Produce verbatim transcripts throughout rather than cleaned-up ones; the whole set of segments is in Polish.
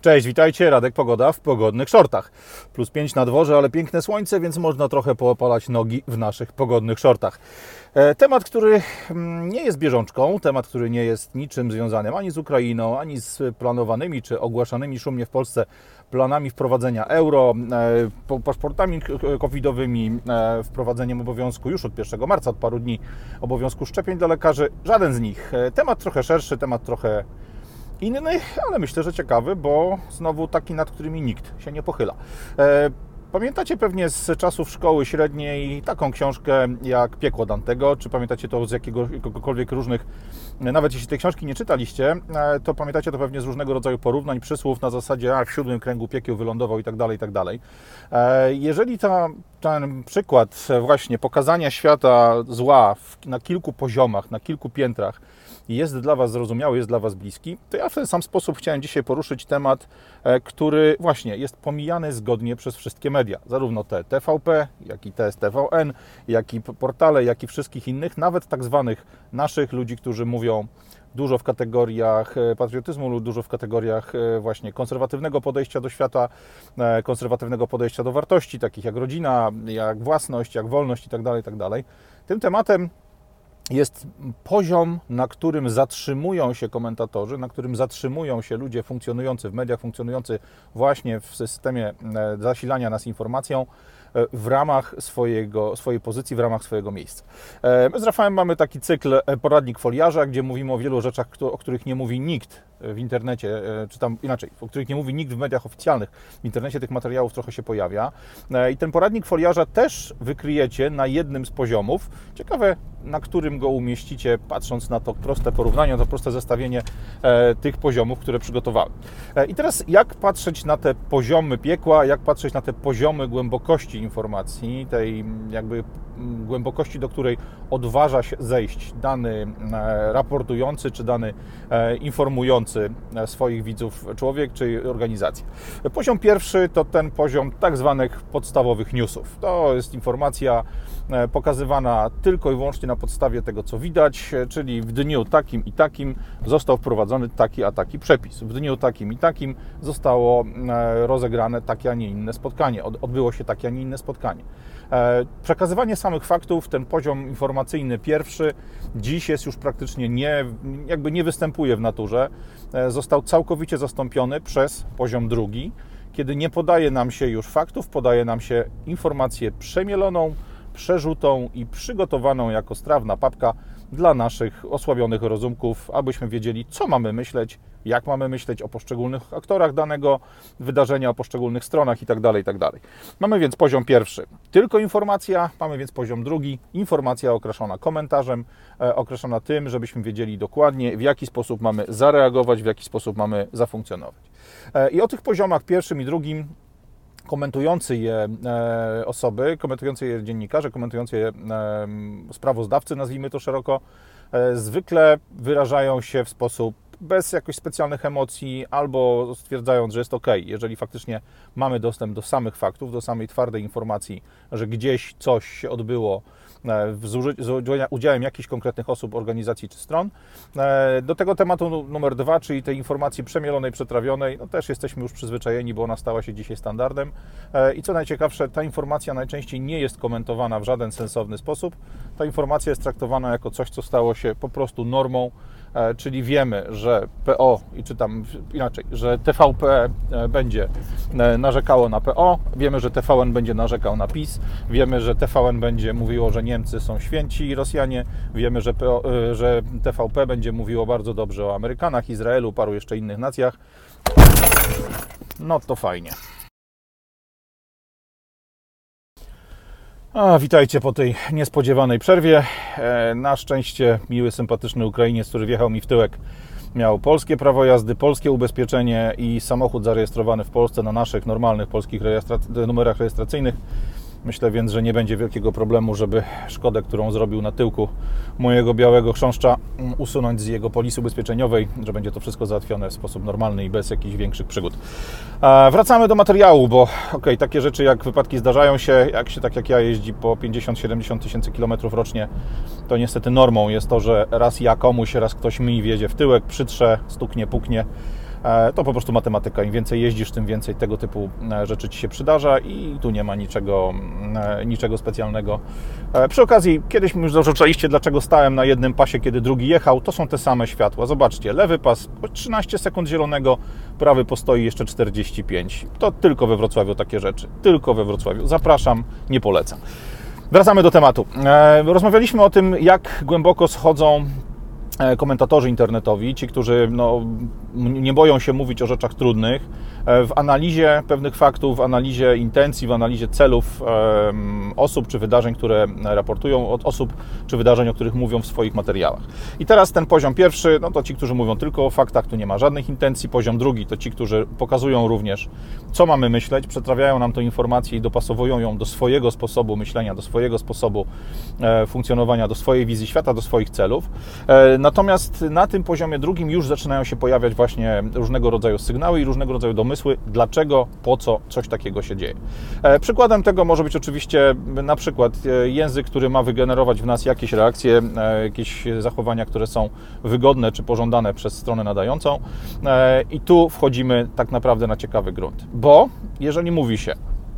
Cześć, witajcie, Radek Pogoda w pogodnych shortach. Plus pięć na dworze, ale piękne słońce, więc można trochę poopalać nogi w naszych pogodnych shortach. Temat, który nie jest bieżączką, temat, który nie jest niczym związanym ani z Ukrainą, ani z planowanymi czy ogłaszanymi szumnie w Polsce planami wprowadzenia euro, paszportami covidowymi, wprowadzeniem obowiązku już od pierwszego marca, od paru dni, obowiązku szczepień dla lekarzy. Żaden z nich. Temat trochę szerszy, temat trochę inny, ale myślę, że ciekawy, bo znowu taki, nad którymi nikt się nie pochyla. Pamiętacie pewnie z czasów szkoły średniej taką książkę jak Piekło Dantego, czy pamiętacie to z jakiegokolwiek różnych, nawet jeśli tej książki nie czytaliście, to pamiętacie to pewnie z różnego rodzaju porównań, przysłów na zasadzie, a w siódmym kręgu piekieł wylądował i tak dalej, i tak dalej. Jeżeli ta, ten przykład właśnie pokazania świata zła na kilku poziomach, na kilku piętrach jest dla Was zrozumiały, jest dla Was bliski, to ja w ten sam sposób chciałem dzisiaj poruszyć temat, który właśnie jest pomijany zgodnie przez wszystkie media, zarówno te T V P, jak i te z T V N, jak i portale, jak i wszystkich innych, nawet tak zwanych naszych ludzi, którzy mówią dużo w kategoriach patriotyzmu lub dużo w kategoriach właśnie konserwatywnego podejścia do świata, konserwatywnego podejścia do wartości, takich jak rodzina, jak własność, jak wolność itd., itd. Tym tematem jest poziom, na którym zatrzymują się komentatorzy, na którym zatrzymują się ludzie funkcjonujący w mediach, funkcjonujący właśnie w systemie zasilania nas informacją w ramach swojego, swojej pozycji, w ramach swojego miejsca. My z Rafałem mamy taki cykl Poradnik Foliarza, gdzie mówimy o wielu rzeczach, o których nie mówi nikt w internecie, czy tam inaczej, o których nie mówi nikt w mediach oficjalnych. W internecie tych materiałów trochę się pojawia. I ten Poradnik Foliarza też wykryjecie na jednym z poziomów. Ciekawe, na którym go umieścicie, patrząc na to proste porównanie, na to proste zestawienie tych poziomów, które przygotowałem. I teraz jak patrzeć na te poziomy piekła, jak patrzeć na te poziomy głębokości informacji, tej jakby głębokości, do której odważa się zejść dany raportujący czy dany informujący swoich widzów człowiek czy organizacja. Poziom pierwszy to ten poziom tak zwanych podstawowych newsów. To jest informacja pokazywana tylko i wyłącznie na podstawie tego, co widać, czyli w dniu takim i takim został wprowadzony taki a taki przepis. W dniu takim i takim zostało rozegrane takie, a nie inne spotkanie. Odbyło się takie, a nie inne spotkanie. Przekazywanie samych faktów, ten poziom informacyjny pierwszy, dziś jest już praktycznie nie, jakby nie występuje w naturze. Został całkowicie zastąpiony przez poziom drugi, kiedy nie podaje nam się już faktów, podaje nam się informację przemieloną, przerzutą i przygotowaną jako strawna papka dla naszych osłabionych rozumków, abyśmy wiedzieli, co mamy myśleć, jak mamy myśleć o poszczególnych aktorach danego wydarzenia, o poszczególnych stronach itd., itd. Mamy więc poziom pierwszy, tylko informacja, mamy więc poziom drugi, informacja określona komentarzem, e, określona tym, żebyśmy wiedzieli dokładnie, w jaki sposób mamy zareagować, w jaki sposób mamy zafunkcjonować. E, I o tych poziomach pierwszym i drugim komentujący je e, osoby, komentujący je dziennikarze, komentujący je e, sprawozdawcy, nazwijmy to szeroko, e, zwykle wyrażają się w sposób bez jakichś specjalnych emocji albo stwierdzając, że jest ok, jeżeli faktycznie mamy dostęp do samych faktów, do samej twardej informacji, że gdzieś coś się odbyło z udziałem jakichś konkretnych osób, organizacji czy stron. Do tego tematu numer dwa, czyli tej informacji przemielonej, przetrawionej, no też jesteśmy już przyzwyczajeni, bo ona stała się dzisiaj standardem. I co najciekawsze, ta informacja najczęściej nie jest komentowana w żaden sensowny sposób. Ta informacja jest traktowana jako coś, co stało się po prostu normą, czyli wiemy, że P O, i czytam inaczej, że T V P będzie narzekało na P O, wiemy, że T V N będzie narzekał na PiS, wiemy, że T V N będzie mówiło, że Niemcy są święci i Rosjanie, wiemy, że, P O, że T V P będzie mówiło bardzo dobrze o Amerykanach, Izraelu, paru jeszcze innych nacjach. No to fajnie. A, witajcie po tej niespodziewanej przerwie. E, na szczęście miły, sympatyczny Ukrainiec, który wjechał mi w tyłek, miał polskie prawo jazdy, polskie ubezpieczenie i samochód zarejestrowany w Polsce na naszych normalnych polskich rejestra- numerach rejestracyjnych. Myślę więc, że nie będzie wielkiego problemu, żeby szkodę, którą zrobił na tyłku mojego białego chrząszcza, usunąć z jego polisy ubezpieczeniowej, że będzie to wszystko załatwione w sposób normalny i bez jakichś większych przygód. Wracamy do materiału, bo ok, takie rzeczy jak wypadki zdarzają się, jak się tak jak ja jeździ po pięćdziesiąt siedemdziesiąt tysięcy kilometrów rocznie, to niestety normą jest to, że raz ja komuś, raz ktoś mi wjedzie w tyłek, przytrze, stuknie, puknie. To po prostu matematyka. Im więcej jeździsz, tym więcej tego typu rzeczy Ci się przydarza i tu nie ma niczego, niczego specjalnego. Przy okazji, kiedyś już zaznaczyliście, dlaczego stałem na jednym pasie, kiedy drugi jechał. To są te same światła. Zobaczcie, lewy pas trzynaście sekund zielonego, prawy postoi jeszcze czterdzieści pięć. To tylko we Wrocławiu takie rzeczy. Tylko we Wrocławiu. Zapraszam, nie polecam. Wracamy do tematu. Rozmawialiśmy o tym, jak głęboko schodzą komentatorzy internetowi, ci, którzy no, nie boją się mówić o rzeczach trudnych, w analizie pewnych faktów, w analizie intencji, w analizie celów um, osób czy wydarzeń, które raportują od osób czy wydarzeń, o których mówią w swoich materiałach. I teraz ten poziom pierwszy, no to ci, którzy mówią tylko o faktach, tu nie ma żadnych intencji. Poziom drugi to ci, którzy pokazują również, co mamy myśleć, przetrawiają nam tę informację i dopasowują ją do swojego sposobu myślenia, do swojego sposobu e, funkcjonowania, do swojej wizji świata, do swoich celów. E, natomiast na tym poziomie drugim już zaczynają się pojawiać właśnie różnego rodzaju sygnały i różnego rodzaju domysły, dlaczego, po co coś takiego się dzieje. Przykładem tego może być oczywiście na przykład język, który ma wygenerować w nas jakieś reakcje, jakieś zachowania, które są wygodne czy pożądane przez stronę nadającą. I tu wchodzimy tak naprawdę na ciekawy grunt, bo jeżeli mówi się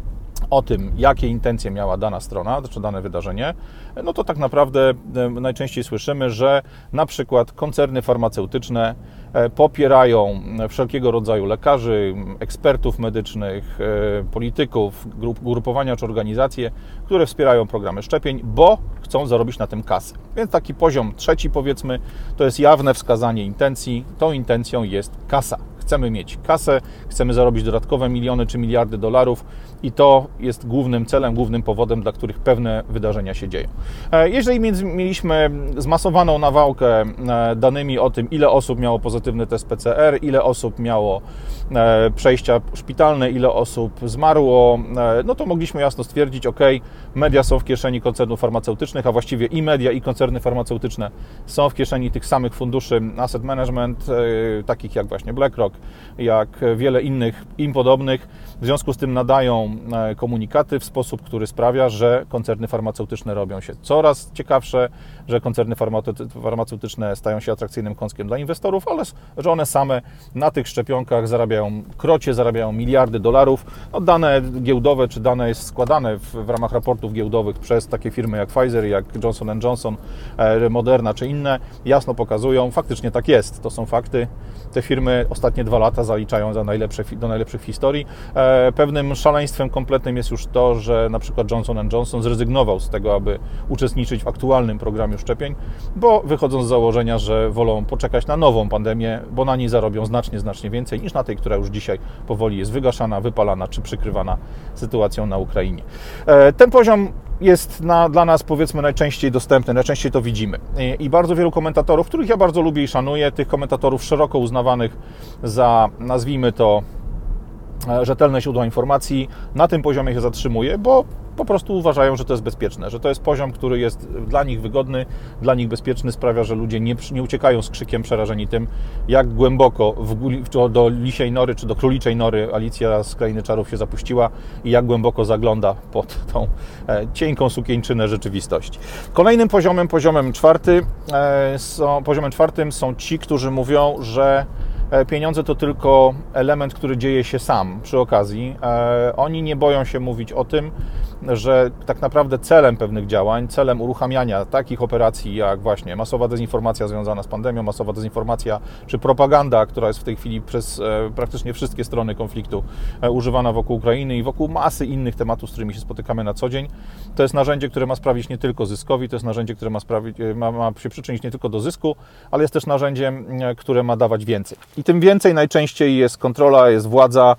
o tym, jakie intencje miała dana strona, czy dane wydarzenie, no to tak naprawdę najczęściej słyszymy, że na przykład koncerny farmaceutyczne popierają wszelkiego rodzaju lekarzy, ekspertów medycznych, polityków, grup, grupowania czy organizacje, które wspierają programy szczepień, bo chcą zarobić na tym kasę. Więc taki poziom trzeci, powiedzmy, to jest jawne wskazanie intencji. Tą intencją jest kasa. Chcemy mieć kasę, chcemy zarobić dodatkowe miliony czy miliardy dolarów i to jest głównym celem, głównym powodem, dla których pewne wydarzenia się dzieją. Jeżeli mieliśmy zmasowaną nawałkę danymi o tym, ile osób miało pozytywny test P C R, ile osób miało przejścia szpitalne, ile osób zmarło, no to mogliśmy jasno stwierdzić, ok, media są w kieszeni koncernów farmaceutycznych, a właściwie i media, i koncerny farmaceutyczne są w kieszeni tych samych funduszy asset management, takich jak właśnie BlackRock, jak wiele innych im podobnych. W związku z tym nadają komunikaty w sposób, który sprawia, że koncerny farmaceutyczne robią się coraz ciekawsze, że koncerny farmaceutyczne stają się atrakcyjnym kąskiem dla inwestorów, ale że one same na tych szczepionkach zarabiają krocie, zarabiają miliardy dolarów. No, dane giełdowe czy dane jest składane w, w ramach raportów giełdowych przez takie firmy jak Pfizer, jak Johnson and Johnson, Moderna czy inne, jasno pokazują, faktycznie tak jest, to są fakty. Te firmy ostatnie dwa lata zaliczają za najlepsze, do najlepszych w historii. Pewnym szaleństwem kompletnym jest już to, że na przykład Johnson and Johnson zrezygnował z tego, aby uczestniczyć w aktualnym programie szczepień, bo wychodząc z założenia, że wolą poczekać na nową pandemię, bo na niej zarobią znacznie, znacznie więcej niż na tej, która już dzisiaj powoli jest wygaszana, wypalana czy przykrywana sytuacją na Ukrainie. Ten poziom jest na, dla nas, powiedzmy, najczęściej dostępny, najczęściej to widzimy. I, I bardzo wielu komentatorów, których ja bardzo lubię i szanuję, tych komentatorów szeroko uznawanych za, nazwijmy to, rzetelne źródła informacji, na tym poziomie się zatrzymuje, bo po prostu uważają, że to jest bezpieczne, że to jest poziom, który jest dla nich wygodny, dla nich bezpieczny, sprawia, że ludzie nie, nie uciekają z krzykiem przerażeni tym, jak głęboko w, czy do lisiej nory, czy do króliczej nory Alicja z Krainy Czarów się zapuściła i jak głęboko zagląda pod tą e, cienką sukieńczynę rzeczywistości. Kolejnym poziomem, poziomem czwarty, e, są, poziomem czwartym są ci, którzy mówią, że pieniądze to tylko element, który dzieje się sam przy okazji. Oni nie boją się mówić o tym, że tak naprawdę celem pewnych działań, celem uruchamiania takich operacji jak właśnie masowa dezinformacja związana z pandemią, masowa dezinformacja czy propaganda, która jest w tej chwili przez praktycznie wszystkie strony konfliktu używana wokół Ukrainy i wokół masy innych tematów, z którymi się spotykamy na co dzień, to jest narzędzie, które ma sprawić nie tylko zyskowi, to jest narzędzie, które ma, sprawić, ma, ma się przyczynić nie tylko do zysku, ale jest też narzędziem, które ma dawać więcej. I tym więcej najczęściej jest kontrola, jest władza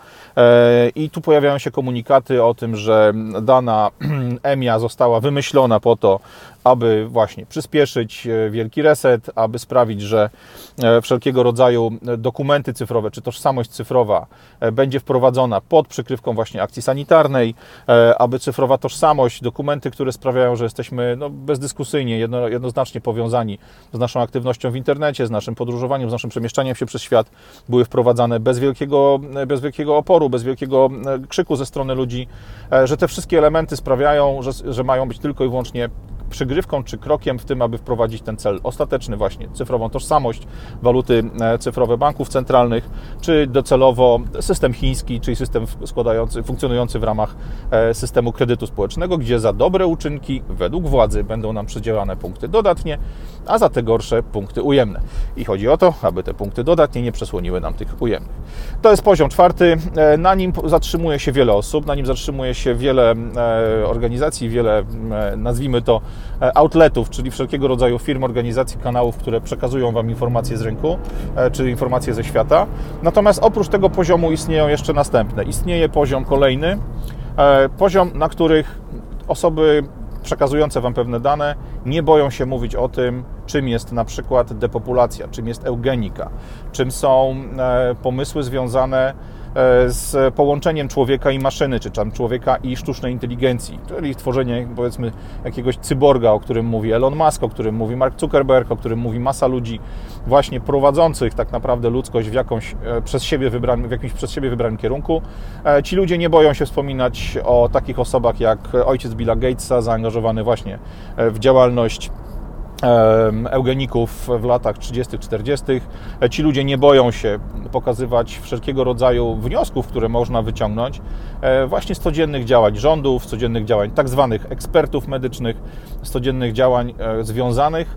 i tu pojawiają się komunikaty o tym, że dana E M I A została wymyślona po to, aby właśnie przyspieszyć wielki reset, aby sprawić, że wszelkiego rodzaju dokumenty cyfrowe czy tożsamość cyfrowa będzie wprowadzona pod przykrywką właśnie akcji sanitarnej, aby cyfrowa tożsamość, dokumenty, które sprawiają, że jesteśmy no, bezdyskusyjnie, jedno, jednoznacznie powiązani z naszą aktywnością w internecie, z naszym podróżowaniem, z naszym przemieszczaniem się przez świat, były wprowadzane bez wielkiego, bez wielkiego oporu, bez wielkiego krzyku ze strony ludzi, że te wszystkie elementy sprawiają, że, że mają być tylko i wyłącznie przygrywką czy krokiem w tym, aby wprowadzić ten cel ostateczny właśnie, cyfrową tożsamość, waluty cyfrowe banków centralnych, czy docelowo system chiński, czyli system składający, funkcjonujący w ramach systemu kredytu społecznego, gdzie za dobre uczynki według władzy będą nam przydzielane punkty dodatnie, a za te gorsze punkty ujemne. I chodzi o to, aby te punkty dodatnie nie przesłoniły nam tych ujemnych. To jest poziom czwarty. Na nim zatrzymuje się wiele osób, na nim zatrzymuje się wiele organizacji, wiele, nazwijmy to, outletów, czyli wszelkiego rodzaju firm, organizacji, kanałów, które przekazują Wam informacje z rynku, czy informacje ze świata. Natomiast oprócz tego poziomu istnieją jeszcze następne. Istnieje poziom kolejny, poziom, na których osoby przekazujące Wam pewne dane nie boją się mówić o tym, czym jest na przykład depopulacja, czym jest eugenika, czym są pomysły związane z połączeniem człowieka i maszyny, czy tam człowieka i sztucznej inteligencji, czyli tworzenie, powiedzmy, jakiegoś cyborga, o którym mówi Elon Musk, o którym mówi Mark Zuckerberg, o którym mówi masa ludzi właśnie prowadzących tak naprawdę ludzkość w jakąś przez siebie wybranym, w jakimś przez siebie wybranym kierunku. Ci ludzie nie boją się wspominać o takich osobach jak ojciec Billa Gatesa, zaangażowany właśnie w działalność eugeników w latach trzydziestych, czterdziestych. Ci ludzie nie boją się pokazywać wszelkiego rodzaju wniosków, które można wyciągnąć właśnie z codziennych działań rządów, z codziennych działań tak zwanych ekspertów medycznych, z codziennych działań związanych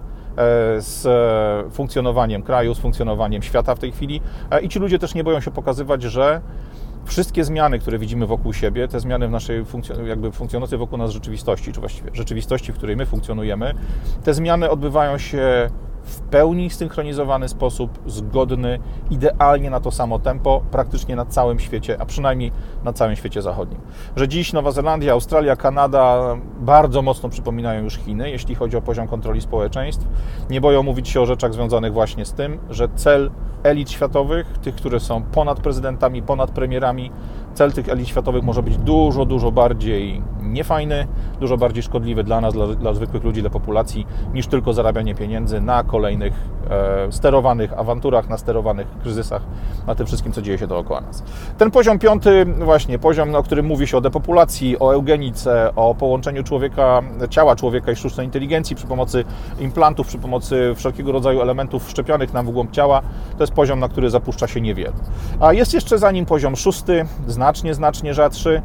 z funkcjonowaniem kraju, z funkcjonowaniem świata w tej chwili. I ci ludzie też nie boją się pokazywać, że wszystkie zmiany, które widzimy wokół siebie, te zmiany w naszej funkcjon- jakby funkcjonującej wokół nas rzeczywistości, czy właściwie rzeczywistości, w której my funkcjonujemy, te zmiany odbywają się w pełni synchronizowany sposób, zgodny, idealnie na to samo tempo, praktycznie na całym świecie, a przynajmniej na całym świecie zachodnim. Że dziś Nowa Zelandia, Australia, Kanada bardzo mocno przypominają już Chiny, jeśli chodzi o poziom kontroli społeczeństw. Nie boją mówić się o rzeczach związanych właśnie z tym, że cel elit światowych, tych, które są ponad prezydentami, ponad premierami, cel tych elit światowych może być dużo, dużo bardziej niefajny, dużo bardziej szkodliwy dla nas, dla, dla zwykłych ludzi, dla populacji, niż tylko zarabianie pieniędzy na kolejnych e, sterowanych awanturach, na sterowanych kryzysach, na tym wszystkim, co dzieje się dookoła nas. Ten poziom piąty, właśnie poziom, o którym mówi się o depopulacji, o eugenice, o połączeniu człowieka, ciała człowieka i sztucznej inteligencji przy pomocy implantów, przy pomocy wszelkiego rodzaju elementów wszczepionych nam w głąb ciała, to jest poziom, na który zapuszcza się niewiele. A jest jeszcze za nim poziom szósty, znacznie, znacznie rzadszy,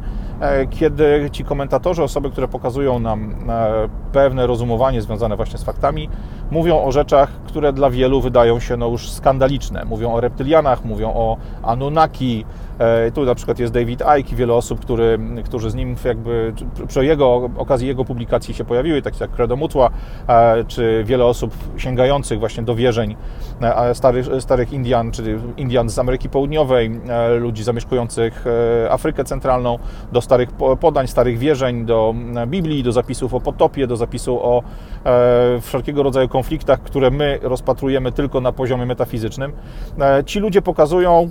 kiedy ci komentatorzy, osoby, które pokazują nam pewne rozumowanie związane właśnie z faktami, mówią o rzeczach, które dla wielu wydają się no już skandaliczne. Mówią o reptylianach, mówią o Anunnaki. Tu na przykład jest David Icke i wiele osób, który, którzy z nim jakby przy jego okazji jego publikacji się pojawiły, tak jak Credo Mutwa, czy wiele osób sięgających właśnie do wierzeń starych, starych Indian, czy Indian z Ameryki Południowej, ludzi zamieszkujących Afrykę Centralną, do starych podań, starych wierzeń, do Biblii, do zapisów o potopie, do zapisu o e, wszelkiego rodzaju konfliktach, które my rozpatrujemy tylko na poziomie metafizycznym. E, ci ludzie pokazują,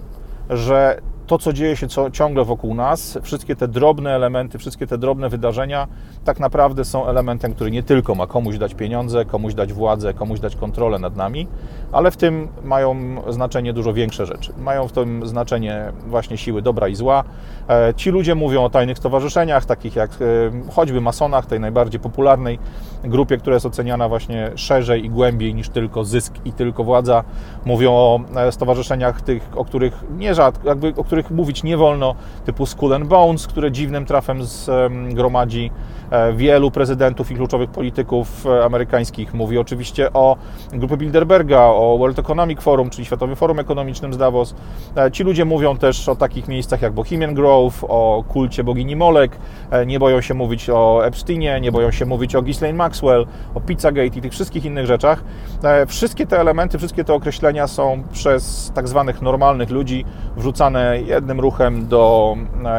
że to, co dzieje się co, ciągle wokół nas, wszystkie te drobne elementy, wszystkie te drobne wydarzenia tak naprawdę są elementem, który nie tylko ma komuś dać pieniądze, komuś dać władzę, komuś dać kontrolę nad nami, ale w tym mają znaczenie dużo większe rzeczy. Mają w tym znaczenie właśnie siły dobra i zła. Ci ludzie mówią o tajnych stowarzyszeniach, takich jak choćby masonach, tej najbardziej popularnej grupie, która jest oceniana właśnie szerzej i głębiej niż tylko zysk i tylko władza. Mówią o stowarzyszeniach tych, o których nie rzadko, jakby o których mówić nie wolno, typu Skull and Bones, które dziwnym trafem zgromadzi wielu prezydentów i kluczowych polityków amerykańskich. Mówi oczywiście o grupie Bilderberga, o World Economic Forum, czyli Światowym Forum Ekonomicznym z Davos. Ci ludzie mówią też o takich miejscach jak Bohemian Grove, o kulcie bogini Molek, nie boją się mówić o Epsteinie, nie boją się mówić o Ghislaine Maxwell, o Pizzagate i tych wszystkich innych rzeczach. Wszystkie te elementy, wszystkie te określenia są przez tak zwanych normalnych ludzi wrzucane jednym ruchem do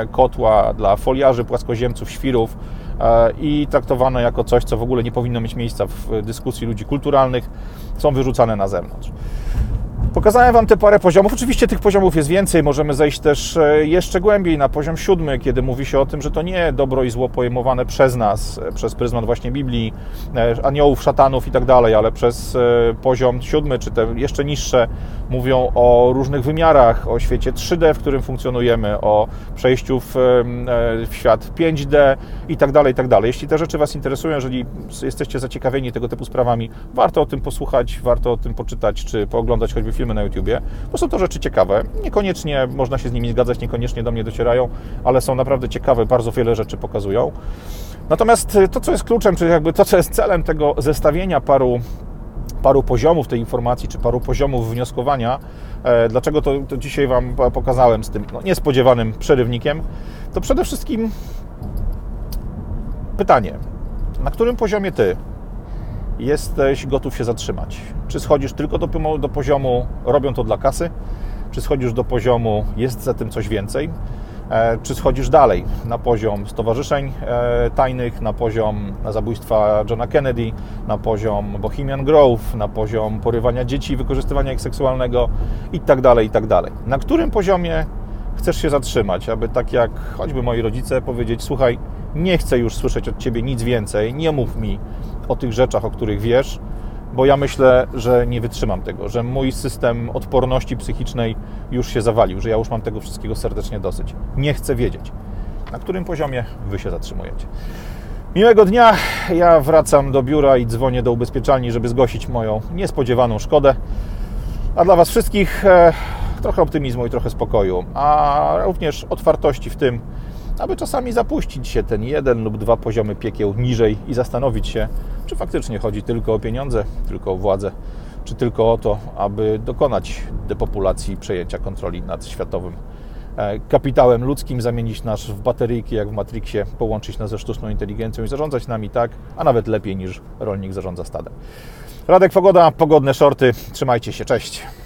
kotła dla foliarzy, płaskoziemców, świrów i traktowane jako coś, co w ogóle nie powinno mieć miejsca w dyskusji ludzi kulturalnych, są wyrzucane na zewnątrz. Pokazałem Wam te parę poziomów. Oczywiście tych poziomów jest więcej. Możemy zejść też jeszcze głębiej na poziom siódmy, kiedy mówi się o tym, że to nie dobro i zło pojmowane przez nas, przez pryzmat właśnie Biblii, aniołów, szatanów i tak dalej, ale przez poziom siódmy, czy te jeszcze niższe, mówią o różnych wymiarach, o świecie trzy D, w którym funkcjonujemy, o przejściu w, w świat pięć D i tak dalej, i tak dalej. Jeśli te rzeczy Was interesują, jeżeli jesteście zaciekawieni tego typu sprawami, warto o tym posłuchać, warto o tym poczytać, czy pooglądać choćby filmy na YouTubie, bo są to rzeczy ciekawe. Niekoniecznie można się z nimi zgadzać, niekoniecznie do mnie docierają, ale są naprawdę ciekawe, bardzo wiele rzeczy pokazują. Natomiast to, co jest kluczem, czyli jakby to, co jest celem tego zestawienia paru paru poziomów tej informacji, czy paru poziomów wnioskowania, dlaczego to, to dzisiaj Wam pokazałem z tym no, niespodziewanym przerywnikiem, to przede wszystkim pytanie, na którym poziomie Ty jesteś gotów się zatrzymać? Czy schodzisz tylko do, do poziomu robią to dla kasy? Czy schodzisz do poziomu jest za tym coś więcej? Czy schodzisz dalej na poziom stowarzyszeń tajnych, na poziom zabójstwa Johna Kennedy, na poziom Bohemian Grove, na poziom porywania dzieci, wykorzystywania ich seksualnego i tak dalej, i tak dalej. Na którym poziomie chcesz się zatrzymać, aby tak jak choćby moi rodzice powiedzieć, słuchaj, nie chcę już słyszeć od Ciebie nic więcej, nie mów mi o tych rzeczach, o których wiesz, bo ja myślę, że nie wytrzymam tego, że mój system odporności psychicznej już się zawalił, że ja już mam tego wszystkiego serdecznie dosyć. Nie chcę wiedzieć, na którym poziomie Wy się zatrzymujecie. Miłego dnia, ja wracam do biura i dzwonię do ubezpieczalni, żeby zgłosić moją niespodziewaną szkodę, a dla Was wszystkich e, trochę optymizmu i trochę spokoju, a również otwartości w tym, aby czasami zapuścić się ten jeden lub dwa poziomy piekieł niżej i zastanowić się, czy faktycznie chodzi tylko o pieniądze, tylko o władzę, czy tylko o to, aby dokonać depopulacji i przejęcia kontroli nad światowym kapitałem ludzkim, zamienić nas w bateryjki jak w Matrixie, połączyć nas ze sztuczną inteligencją i zarządzać nami tak, a nawet lepiej niż rolnik zarządza stadem. Radek Pogoda, pogodne shorty. Trzymajcie się, cześć!